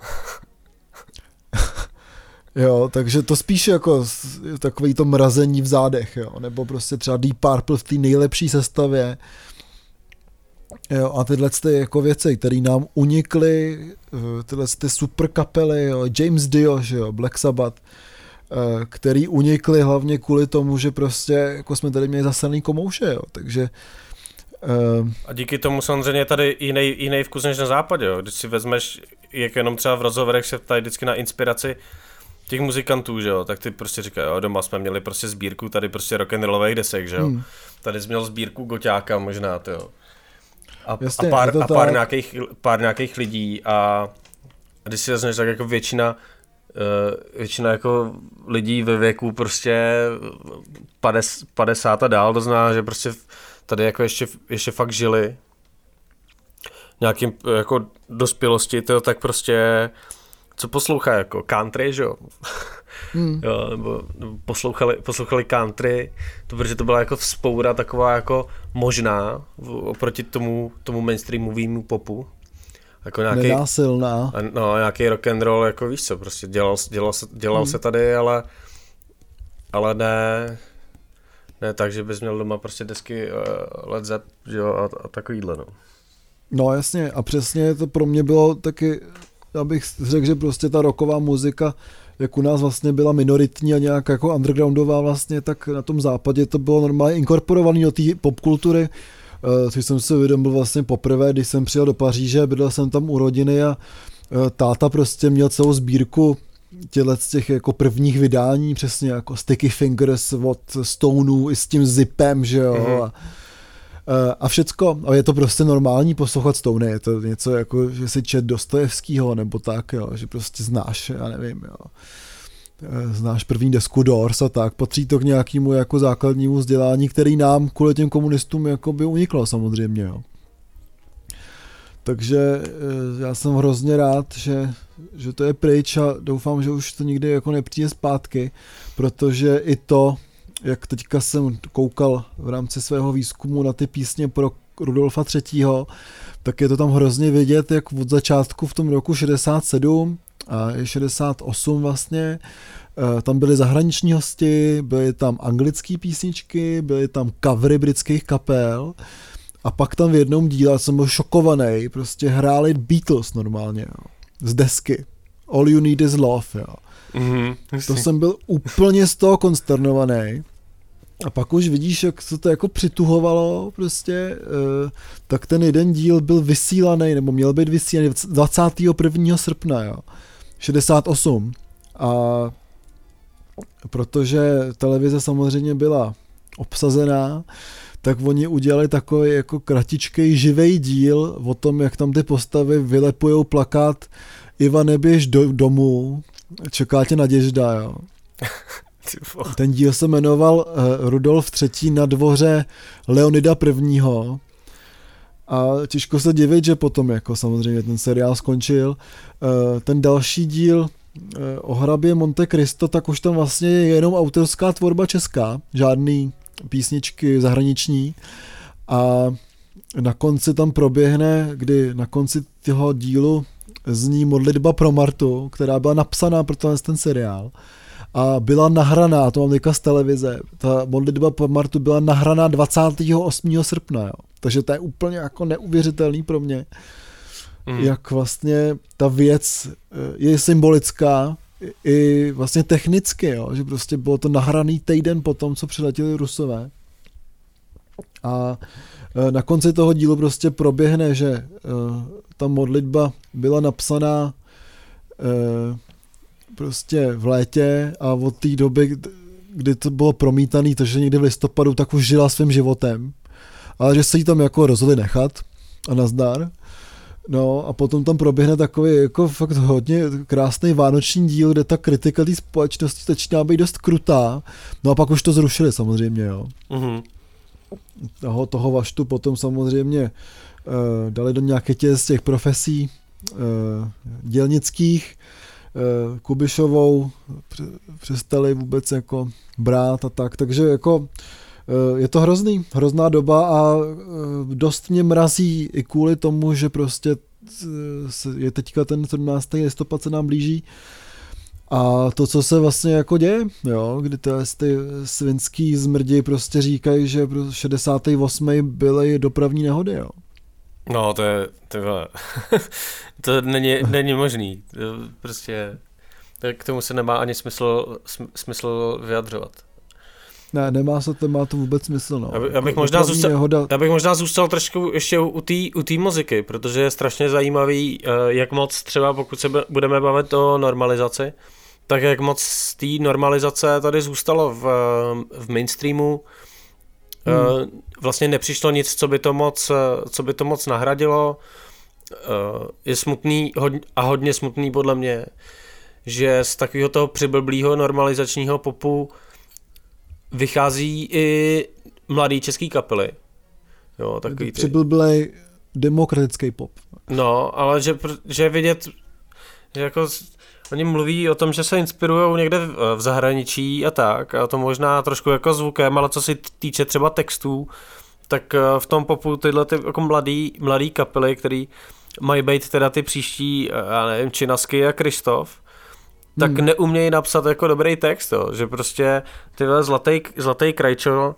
Jo, takže to spíš jako takový to mrazení v zádech, jo, nebo prostě třeba Deep Purple v té nejlepší sestavě. Jo, a tyhle ty jako věci, které nám unikly, tyhle ty super kapely, jo, James Dio, že jo, Black Sabbath, který unikly hlavně kvůli tomu, že prostě jako jsme tady měli zasaný komouše, jo, takže... Uh... A díky tomu samozřejmě tady jiný, jiný vkus než na západě, jo, když si vezmeš, jak jenom třeba v rozhovorech se ptají vždycky na inspiraci těch muzikantů, že jo, tak ty prostě říkají, jo, doma jsme měli prostě sbírku tady prostě rock'n'rollových desek, že jo, hmm. tady jsi měl sbírku Goťáka možná, ty jo. A, Jasně, a, pár, a pár, nějakých, pár nějakých lidí a, a když si vezmeš, tak jako většina uh, většina jako lidí ve věku prostě padesát a dál, to znamená, že prostě tady jako ještě, ještě fakt žili nějakým jako dospělosti, to tak prostě co poslouchá jako country, že jo? Hmm. Jo, nebo, nebo poslouchali, poslouchali country, to protože to byla jako vzpoura taková jako možná oproti tomu, tomu mainstreamovému popu. Jako nějaký, nenásilná. No, nějaký rock and roll, jako víš co, prostě dělal, dělal, se, dělal hmm. se tady, ale ale ne ne tak, že bys měl doma prostě desky uh, Led Zepp, jo, a, a takovýhle, no. No jasně, a přesně to pro mě bylo taky, já bych řekl, že prostě ta rocková muzika jak u nás vlastně byla minoritní a nějak jako undergroundová vlastně, tak na tom západě to bylo normálně inkorporované do té popkultury, což jsem si uvědomil vlastně poprvé, když jsem přijel do Paříže, bydlel jsem tam u rodiny a táta prostě měl celou sbírku těchto z těch jako prvních vydání, přesně jako Sticky Fingers od Stoneů i s tím zipem, že jo, mm-hmm. a, a všecko, a je to prostě normální poslouchat Stony, je to něco jako, že si čet Dostojevskýho nebo tak, jo, že prostě znáš, já nevím, jo, znáš první desku Doors a tak, patří to k nějakému jako základnímu vzdělání, který nám kvůli těm komunistům jako by uniklo samozřejmě, jo. Takže já jsem hrozně rád, že, že to je pryč a doufám, že už to nikdy jako nepřijde zpátky, protože i to, jak teďka jsem koukal v rámci svého výzkumu na ty písně pro Rudolfa třetího, tak je to tam hrozně vidět, jak od začátku v tom roku šedesát sedm a šedesát osm vlastně, tam byly zahraniční hosti, byly tam anglické písničky, byly tam covery britských kapel, a pak tam v jednom díle jsem byl šokovaný, prostě hráli Beatles normálně, jo, z desky. All You Need Is Love, jo. Mm-hmm, to jsem byl úplně z toho konsternovaný. A pak už vidíš, jak se to jako přituhovalo prostě, uh, tak ten jeden díl byl vysílaný, nebo měl být vysílaný dvacátého prvního srpna, jo, šedesát osm. A protože televize samozřejmě byla obsazená, tak oni udělali takový jako kratičkej živej díl o tom, jak tam ty postavy vylepujou plakát Iva, neběž do, domů, čeká tě Naděžda, jo. Ten díl se jmenoval uh, Rudolf třetí na dvoře Leonida prvního. A těžko se divit, že potom jako samozřejmě ten seriál skončil. Uh, ten další díl uh, o hrabě Monte Cristo, tak už tam vlastně je jenom autorská tvorba česká, žádný písničky zahraniční, a na konci tam proběhne, kdy na konci toho dílu zní modlitba pro Martu, která byla napsaná pro ten seriál a byla nahraná, to mám teďka z televize, ta modlitba pro Martu byla nahraná dvacátého osmého srpna, jo. Takže to je úplně jako neuvěřitelný pro mě, mm. jak vlastně ta věc je symbolická i vlastně technicky, jo, že prostě bylo to nahraný týden po tom, co přiletěli Rusové. A na konci toho dílu prostě proběhne, že uh, ta modlitba byla napsaná uh, prostě v létě a od té doby, kdy to bylo promítané, takže někdy v listopadu, tak už žila svým životem. Ale že se jí tam jako rozhodli nechat a nazdar. No a potom tam proběhne takový jako fakt hodně krásný vánoční díl, kde ta kritika té společnosti začíná být dost krutá. No a pak už to zrušili samozřejmě, jo. Mm-hmm. Toho, toho Vaštu potom samozřejmě uh, dali do nějaké tě z těch profesí uh, dělnických, uh, Kubišovou přestali vůbec jako brát a tak, takže jako je to hrozný, hrozná doba a dost mě mrazí i kvůli tomu, že prostě je teďka ten sedmnáctého listopad se nám blíží a to, co se vlastně jako děje, jo, kdy ty, ty svinský zmrdi prostě říkají, že šedesátý osmý byly dopravní nehody, jo. No, to je, to, je, to není, není možný, to prostě k tomu se nemá ani smysl, smysl vyjadřovat. Ne, nemá se to, má to vůbec smysl, no. Já bych, možná zůstal, já bych možná zůstal trošku ještě u té u té muziky, protože je strašně zajímavý, jak moc třeba pokud se budeme bavit o normalizaci, tak jak moc z té normalizace tady zůstalo v, v mainstreamu. Hmm. Vlastně nepřišlo nic, co by to moc, co by to moc nahradilo. Je smutný a hodně smutný podle mě, že z takového toho přiblblýho normalizačního popu vychází i mladý český kapely. Jo, takový ty. Přiblblej demokratický pop. No, ale že, že vidět, že jako oni mluví o tom, že se inspirujou někde v, v zahraničí a tak, a to možná trošku jako zvukem, ale co si týče třeba textů, tak v tom popu tyhle ty jako mladý, mladý kapely, který mají být teda ty příští, já nevím, Činasky a Krištof, tak hmm. neumějí napsat jako dobrý text, jo. Že prostě tyhle zlatý, zlatý krajčo,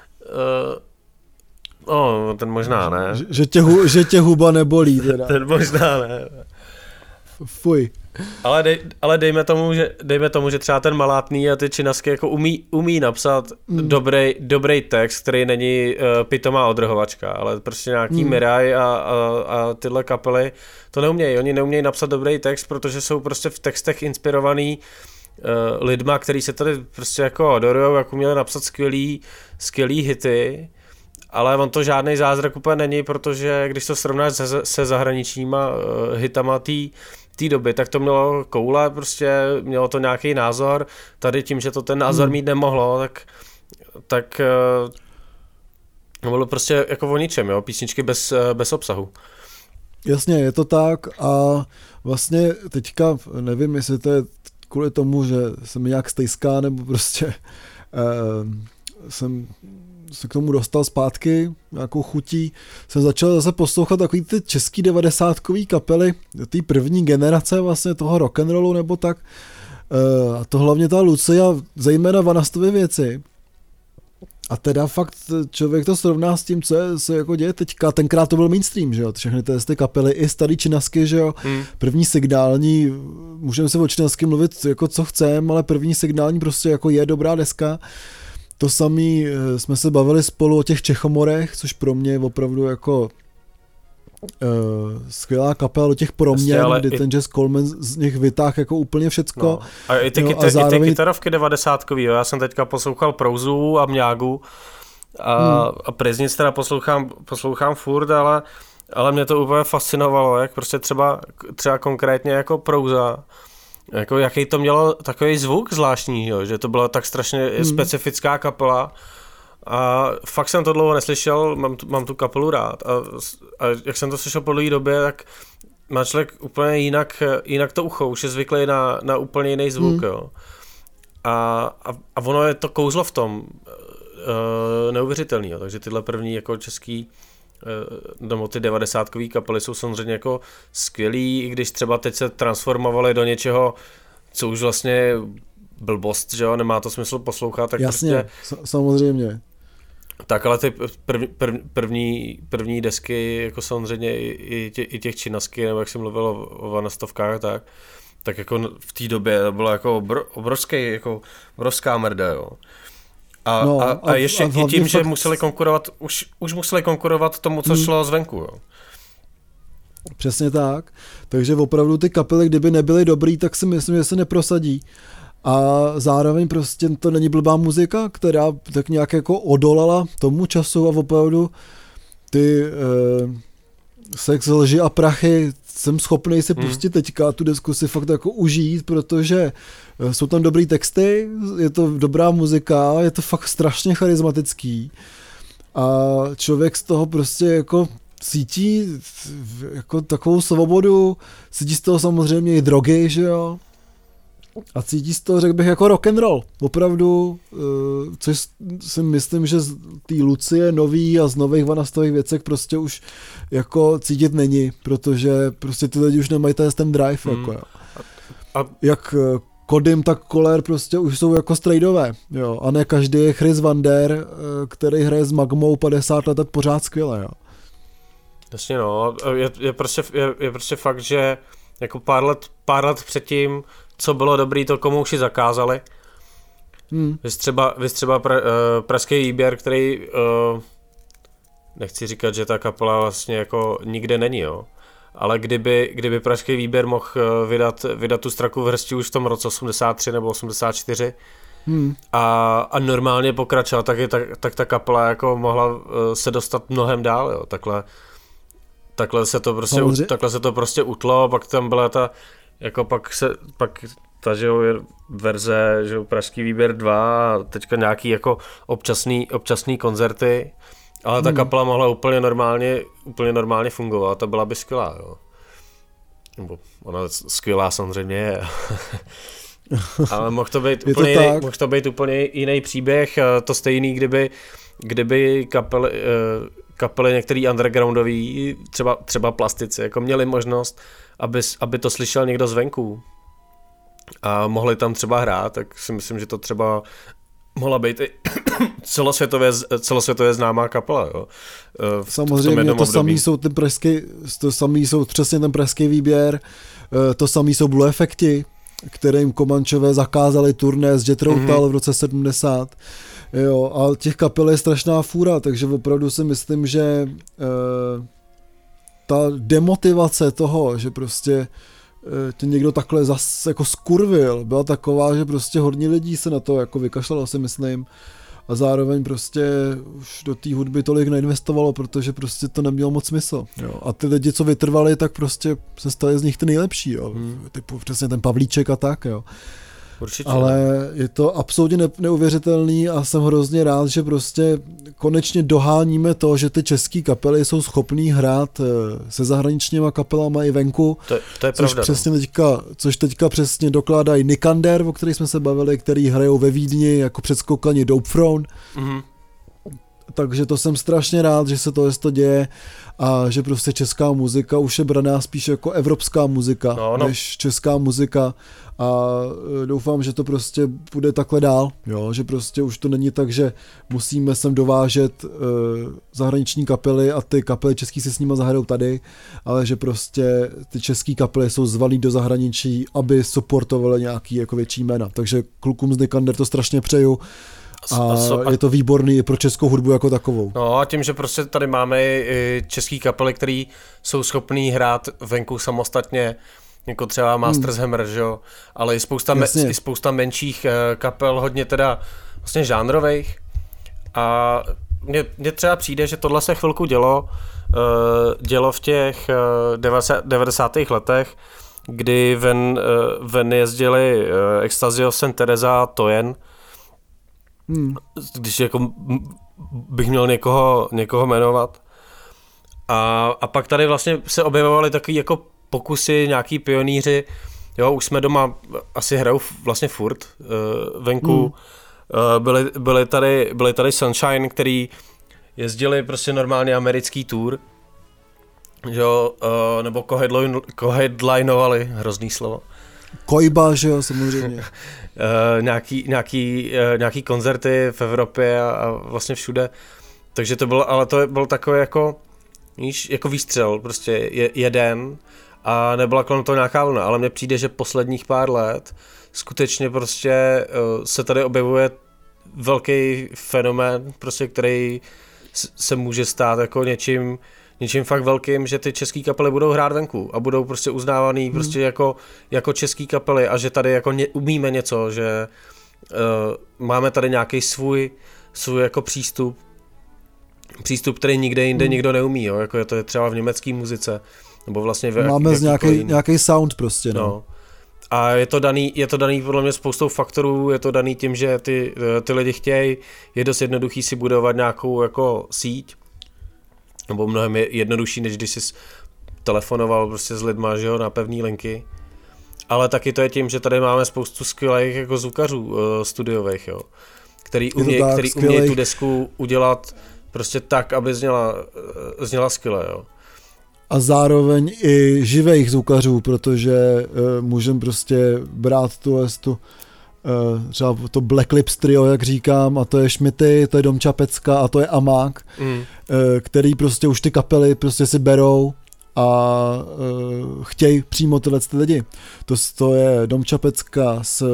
uh, oh, ten možná ne. Že, že, tě, že tě huba nebolí teda. Ten možná ne. Fuj. Ale, dej, ale dejme, tomu, že, dejme tomu, že třeba ten Malátný a ty Činasky jako umí, umí napsat mm. dobrý, dobrý text, který není uh, pitomá odrhovačka, ale prostě nějaký mm. Miraj a, a, a tyhle kapely to neumějí. Oni neumějí napsat dobrý text, protože jsou prostě v textech inspirovaný uh, lidma, který se tady prostě jako adorujou, jak uměli napsat skvělý, skvělý hity, ale on to žádný zázrak úplně není, protože když to srovnáš se, se zahraničníma uh, hitama tý té doby, tak to mělo koule, prostě mělo to nějaký názor, tady tím, že to ten názor mít nemohlo, tak, tak uh, bylo prostě jako o ničem, jo, písničky bez, uh, bez obsahu. Jasně, je to tak a vlastně teďka nevím, jestli to je kvůli tomu, že se mi nějak stejská, nebo prostě uh, jsem se k tomu dostal zpátky, nějakou chutí, jsem začal zase poslouchat takový ty český devadesátkový kapely, té první generace vlastně toho rock'n'rollu nebo tak. A to hlavně ta Lucia, zejména Vanastovy věci. A teda fakt člověk to srovná s tím, co je, se jako děje teďka. Tenkrát to byl mainstream, že jo, všechny ty, ty kapely, i starý Činasky, že jo, hmm. první signální, můžeme se o Činasky mluvit jako co chceme, ale první signální prostě jako je dobrá deska. To samý jsme se bavili spolu o těch Čechomorech, což pro mě je opravdu jako uh, skvělá kapela do těch proměn, kdy i ten Jazz Coleman z nich vytáhl jako úplně všecko. No. A i ty, jo, kyte, a zároveň... i ty kytarovky devadesátkový, jo. Já jsem teďka poslouchal Prouzu a Mňágu a, hmm. a Priznic teda poslouchám, poslouchám furt, ale, ale mě to úplně fascinovalo, jak prostě třeba, třeba konkrétně jako Prouza, jako jaký to mělo takový zvuk zvláštní, jo, že to byla tak strašně hmm. specifická kapela a fakt jsem to dlouho neslyšel, mám tu, mám tu kapelu rád a, a jak jsem to slyšel po dlouhé době, tak má člověk úplně jinak, jinak to ucho, už je zvyklý na, na úplně jiný zvuk, hmm. jo. A, a, a ono je to kouzlo v tom uh, neuvěřitelný, jo, takže tyhle první jako český nebo ty devadesátkový kapely jsou samozřejmě jako skvělý, i když třeba teď se transformovaly do něčeho, co už vlastně blbost, že jo, nemá to smysl poslouchat. Tak jasně, prostě, samozřejmě. Tak ale ty prv, prv, první, první desky, jako samozřejmě i, i, tě, i těch Činasky, nebo jak jsem mluvil o, o Vanastovkách, tak, tak jako v té době to bylo jako obr, obrovský, jako obrovská mrda, jo. A, no, a, a, a ještě a i tím, fakt... že museli konkurovat, už, už museli konkurovat tomu, co hmm. šlo zvenku. Jo. Přesně tak. Takže opravdu ty kapely, kdyby nebyly dobrý, tak si myslím, že se neprosadí. A zároveň prostě to není blbá muzika, která tak nějak jako odolala tomu času a opravdu ty eh, Sex, lži a prachy jsem schopný si hmm. pustit teďka tu diskusi fakt jako užít, protože jsou tam dobrý texty, je to dobrá muzika, je to fakt strašně charismatický a člověk z toho prostě jako cítí jako takovou svobodu, cítí z toho samozřejmě i drogy, že jo, a cítí z toho, řekl bych, jako rock and roll. Opravdu, což si myslím, že z té Lucie nový a z nových Vanastových věcek prostě už jako cítit není, protože prostě ty lidi už nemají ten drive. Hmm. Jako, jo. A... Jak Kodym, tak Koller prostě už jsou jako strejdové, jo, a ne každý je Chris Vander, který hraje s Magmou padesát let, tak pořád skvěle, jo. Jasně no, je, je, prostě, je, je prostě fakt, že jako pár let, pár let předtím, co bylo dobrý, to komu už si zakázali. Hmm. Vys třeba, vys třeba pra, uh, pražský výběr, který uh, nechci říkat, že ta kapela vlastně jako nikde není, jo. Ale kdyby, kdyby pražský výběr mohl vydat, vydat tu Straku v hrsti už v tom roce osmdesát tři nebo osmdesát čtyři hmm. a, a normálně pokračovat, tak, je, tak, tak ta kapela jako mohla uh, se dostat mnohem dál, jo. Takhle, takhle, se to prostě, u, takhle se to prostě utlo, pak tam byla ta jako pak se, pak ta, že jo, verze, že jo, pražský výběr dva a teďka nějaký jako občasný, občasný koncerty, ale ta hmm. kapela mohla úplně normálně, úplně normálně fungovat a byla by skvělá, jo. Nebo ona skvělá samozřejmě je. Ale mohl to být úplně, to mohl to být úplně jiný příběh, to stejný, kdyby, kdyby kapely, kapely některý undergroundový, třeba, třeba Plastici, jako měli možnost, aby, aby to slyšel někdo zvenku a mohli tam třeba hrát, tak si myslím, že to třeba mohla být i celosvětově, celosvětově známá kapela, jo. V, Samozřejmě v to samý jsou ten pražský, to samý jsou přesně ten pražský výběr, to samý jsou Blue Effecti, kterým Komančové zakázali turné z Jet Rotal mm-hmm. v roce sedmdesát. Jo, a těch kapel je strašná fůra, takže opravdu si myslím, že e, ta demotivace toho, že prostě e, tě někdo takhle zas jako skurvil, byla taková, že prostě hodně lidí se na to jako vykašlalo, si myslím. A zároveň prostě už do té hudby tolik neinvestovalo, protože prostě to nemělo moc smysl. Jo. A ty lidi, co vytrvali, tak prostě se stali z nich ty nejlepší. Jo. Hmm. Typu přesně ten Pavlíček a tak. Jo. Určitě. Ale je to absolutně ne- neuvěřitelný a jsem hrozně rád, že prostě konečně doháníme to, že ty český kapely jsou schopný hrát se zahraničníma kapelama i venku. To, to je což pravda. Přesně teďka, což teďka přesně dokládají Nikander, o kterých jsme se bavili, který hrajou ve Vídni jako předskokaní Dope Throne. Mm-hmm. Takže to jsem strašně rád, že se to, to děje a že prostě česká muzika už je braná spíš jako evropská muzika, no, no. než česká muzika a doufám, že to prostě bude takhle dál, jo? Že prostě už to není tak, že musíme sem dovážet uh, zahraniční kapely a ty kapely český si s nima zahrajou tady, ale že prostě ty český kapely jsou zvalí do zahraničí, aby supportovaly nějaký jako větší jména, takže klukům z Nikander to strašně přeju. A, a je to výborný i pro českou hudbu jako takovou. No a tím, že prostě tady máme i český kapely, který jsou schopný hrát venku samostatně, jako třeba Masters hmm. Hammer, že jo, ale i spousta, me, i spousta menších kapel, hodně teda vlastně žánrových. A mně, mně třeba přijde, že tohle se chvilku dělo, dělo v těch devadesátých letech, kdy ven, ven jezdili Ecstasy of Saint Teresa, Toyen. Hmm. Když jako bych měl někoho, někoho jmenovat. A, a pak tady vlastně se objevovaly takový jako pokusy, nějaký pionýři. Jo, už jsme doma, asi hrajou vlastně furt uh, venku. Hmm. Uh, byli, byli, tady, byli tady Sunshine, který jezdili prostě normálně americký tour. Jo, uh, nebo kohedlinovali, hrozný slovo. Kojba, že jo, samozřejmě. uh, nějaký, nějaký, uh, nějaký koncerty v Evropě a, a vlastně všude. Takže to bylo, ale to byl takový jako, víš, jako výstřel, prostě je, jeden a nebyla kolem toho nějaká vlna, ale mně přijde, že posledních pár let skutečně prostě uh, se tady objevuje velký fenomén, prostě, který se může stát jako něčím, něčím fakt velkým, že ty český kapely budou hrát venku a budou prostě uznávaný hmm. prostě jako, jako český kapely a že tady jako ně, umíme něco, že uh, máme tady nějaký svůj, svůj jako přístup, přístup, který nikde jinde hmm. nikdo neumí, jo? Jako je to třeba v německé muzice, nebo vlastně v máme jak, nějaký, nějaký sound prostě, no. no. A je to daný, je to daný podle mě spoustou faktorů, je to daný tím, že ty, ty lidi chtějí, je dost jednoduchý si budovat nějakou jako síť, nebo mnohem jednodušší, než když jsi telefonoval prostě s lidma, že jo, na pevný linky. Ale taky to je tím, že tady máme spoustu skvělých jako zvukařů uh, studiových, jo, který umějí který uměj tu desku udělat prostě tak, aby zněla, uh, zněla skvěle, jo. A zároveň i živých zvukařů, protože uh, můžeme prostě brát tu, tu uh, třeba to Black Lips trio, jak říkám, a to je Šmity, to je Dom Čapecka a to je Amák, mm. uh, který prostě už ty kapely prostě si berou a uh, chtějí přímo tyhle ty lidi. To, to je Dom Čapecka s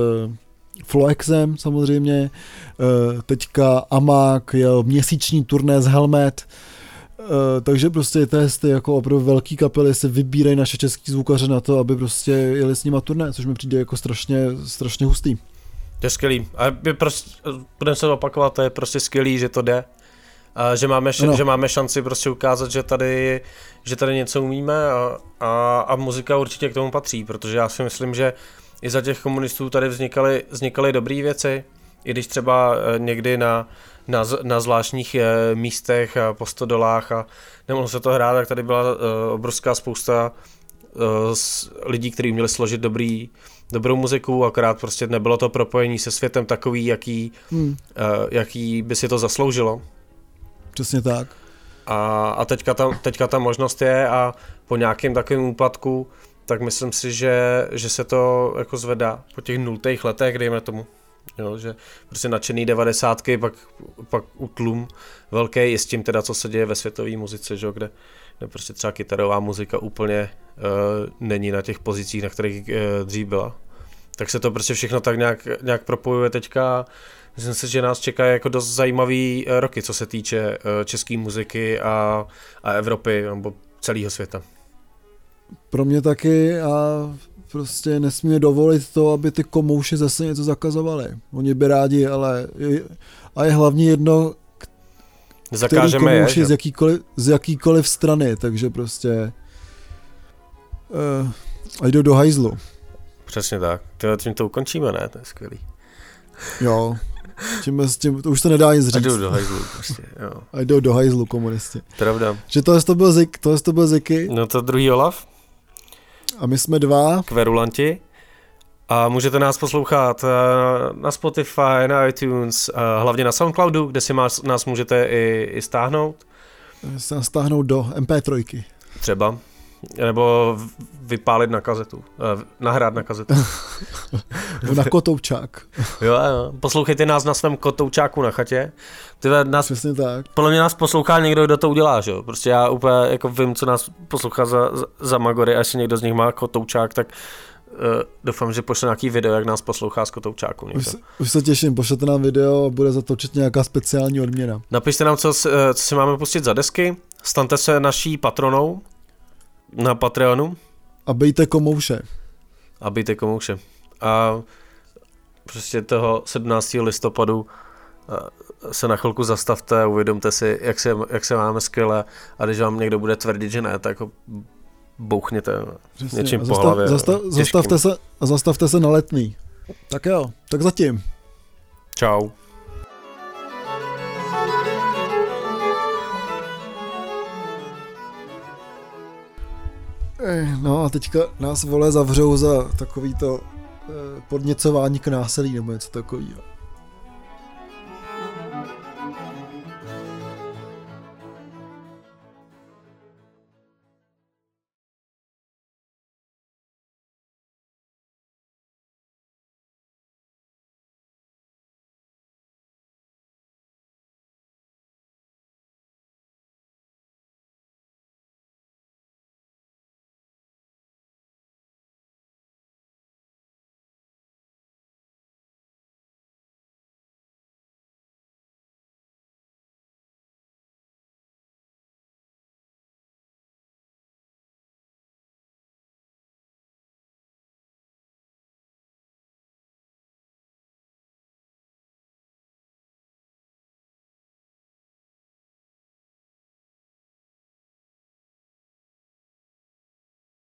Floexem samozřejmě, uh, teďka Amák jel měsíční turné z Helmet. Uh, takže prostě ty jako opravdu velký kapely se vybírají naše český zvukaře na to, aby prostě jeli s nima turné, což mi přijde jako strašně, strašně hustý. To je skvělý. A je prostě, budeme se opakovat, to je prostě skvělý, že to jde. A že máme, š- že máme šanci prostě ukázat, že tady, že tady něco umíme a, a, a muzika určitě k tomu patří, protože já si myslím, že i za těch komunistů tady vznikaly, vznikaly dobré věci, i když třeba někdy na Na, na zvláštních e, místech a po stodolách a nemohlo se to hrát, tak tady byla e, obrovská spousta e, s, lidí, kteří měli složit dobrý, dobrou muziku, akorát prostě nebylo to propojení se světem takový, jaký, hmm. e, jaký by si to zasloužilo. Přesně tak. A, a teďka, ta, teďka ta možnost je a po nějakém takovém úpadku, tak myslím si, že, že se to jako zvedá po těch nultých letech, dejme tomu. Jo, že prostě nadšený devadesátky, pak, pak utlum velký i s tím teda, co se děje ve světové muzice, že? Kde, kde prostě třeba kytarová muzika úplně uh, není na těch pozicích, na kterých uh, dřív byla. Tak se to prostě všechno tak nějak, nějak propojuje teďka. Myslím si, že nás čekají jako dost zajímavý uh, roky, co se týče uh, české muziky a, a Evropy nebo celého světa. Pro mě taky a prostě nesmíme dovolit to, aby ty komouši zase něco zakazovali. Oni by rádi, ale je, a je hlavně jedno, zakážeme který komouši je, z jakýkoliv, z jakýkoliv strany, takže prostě uh, a jdou do hajzlu. Přesně tak. Tyhle, tím to ukončíme, ne? To je skvělý. Jo. Tím, s tím, to už to nedá nic říct. A jdou do hajzlu prostě, jo. A jdou do hajzlu komunisti. Pravda. Že tohle to byl Zik, tohle to byl Ziky. No to druhý Olaf. A my jsme dva. Kverulanti. A můžete nás poslouchat na Spotify, na iTunes, hlavně na Soundcloudu, kde si nás, nás můžete i, i stáhnout. Se nás stáhnout do em pé tři. Třeba. Nebo vypálit na kazetu. Nahrát na kazetu. Na kotoučák. Jo, jo. Poslouchejte nás na svém kotoučáku na chatě. Tyhle nás, přesně tak. Podle mě nás poslouchá někdo, kdo to udělá, že jo. Prostě já úplně jako vím, co nás poslouchá za, za, za magory, a jestli někdo z nich má kotoučák, tak uh, doufám, že pošle nějaký video, jak nás poslouchá z kotoučáku. Už se, už se těším, pošlete nám video a bude za to určitě nějaká speciální odměna. Napište nám, co, co si máme pustit za desky, staňte se naší patronou na Patreonu. A bejte komouše. A bejte komouše. A prostě toho sedmnáctého listopadu se na chvilku zastavte, uvědomte si, jak se, jak se máme skvěle, a když vám někdo bude tvrdit, že ne, tak ho bouchněte Přesně. něčím zastav, po hlavě. Zastav, zastavte, se, zastavte se na Letný. Tak jo, tak zatím. Čau. No a teďka nás vole zavřou za takovýto podněcování k násilí nebo něco takového.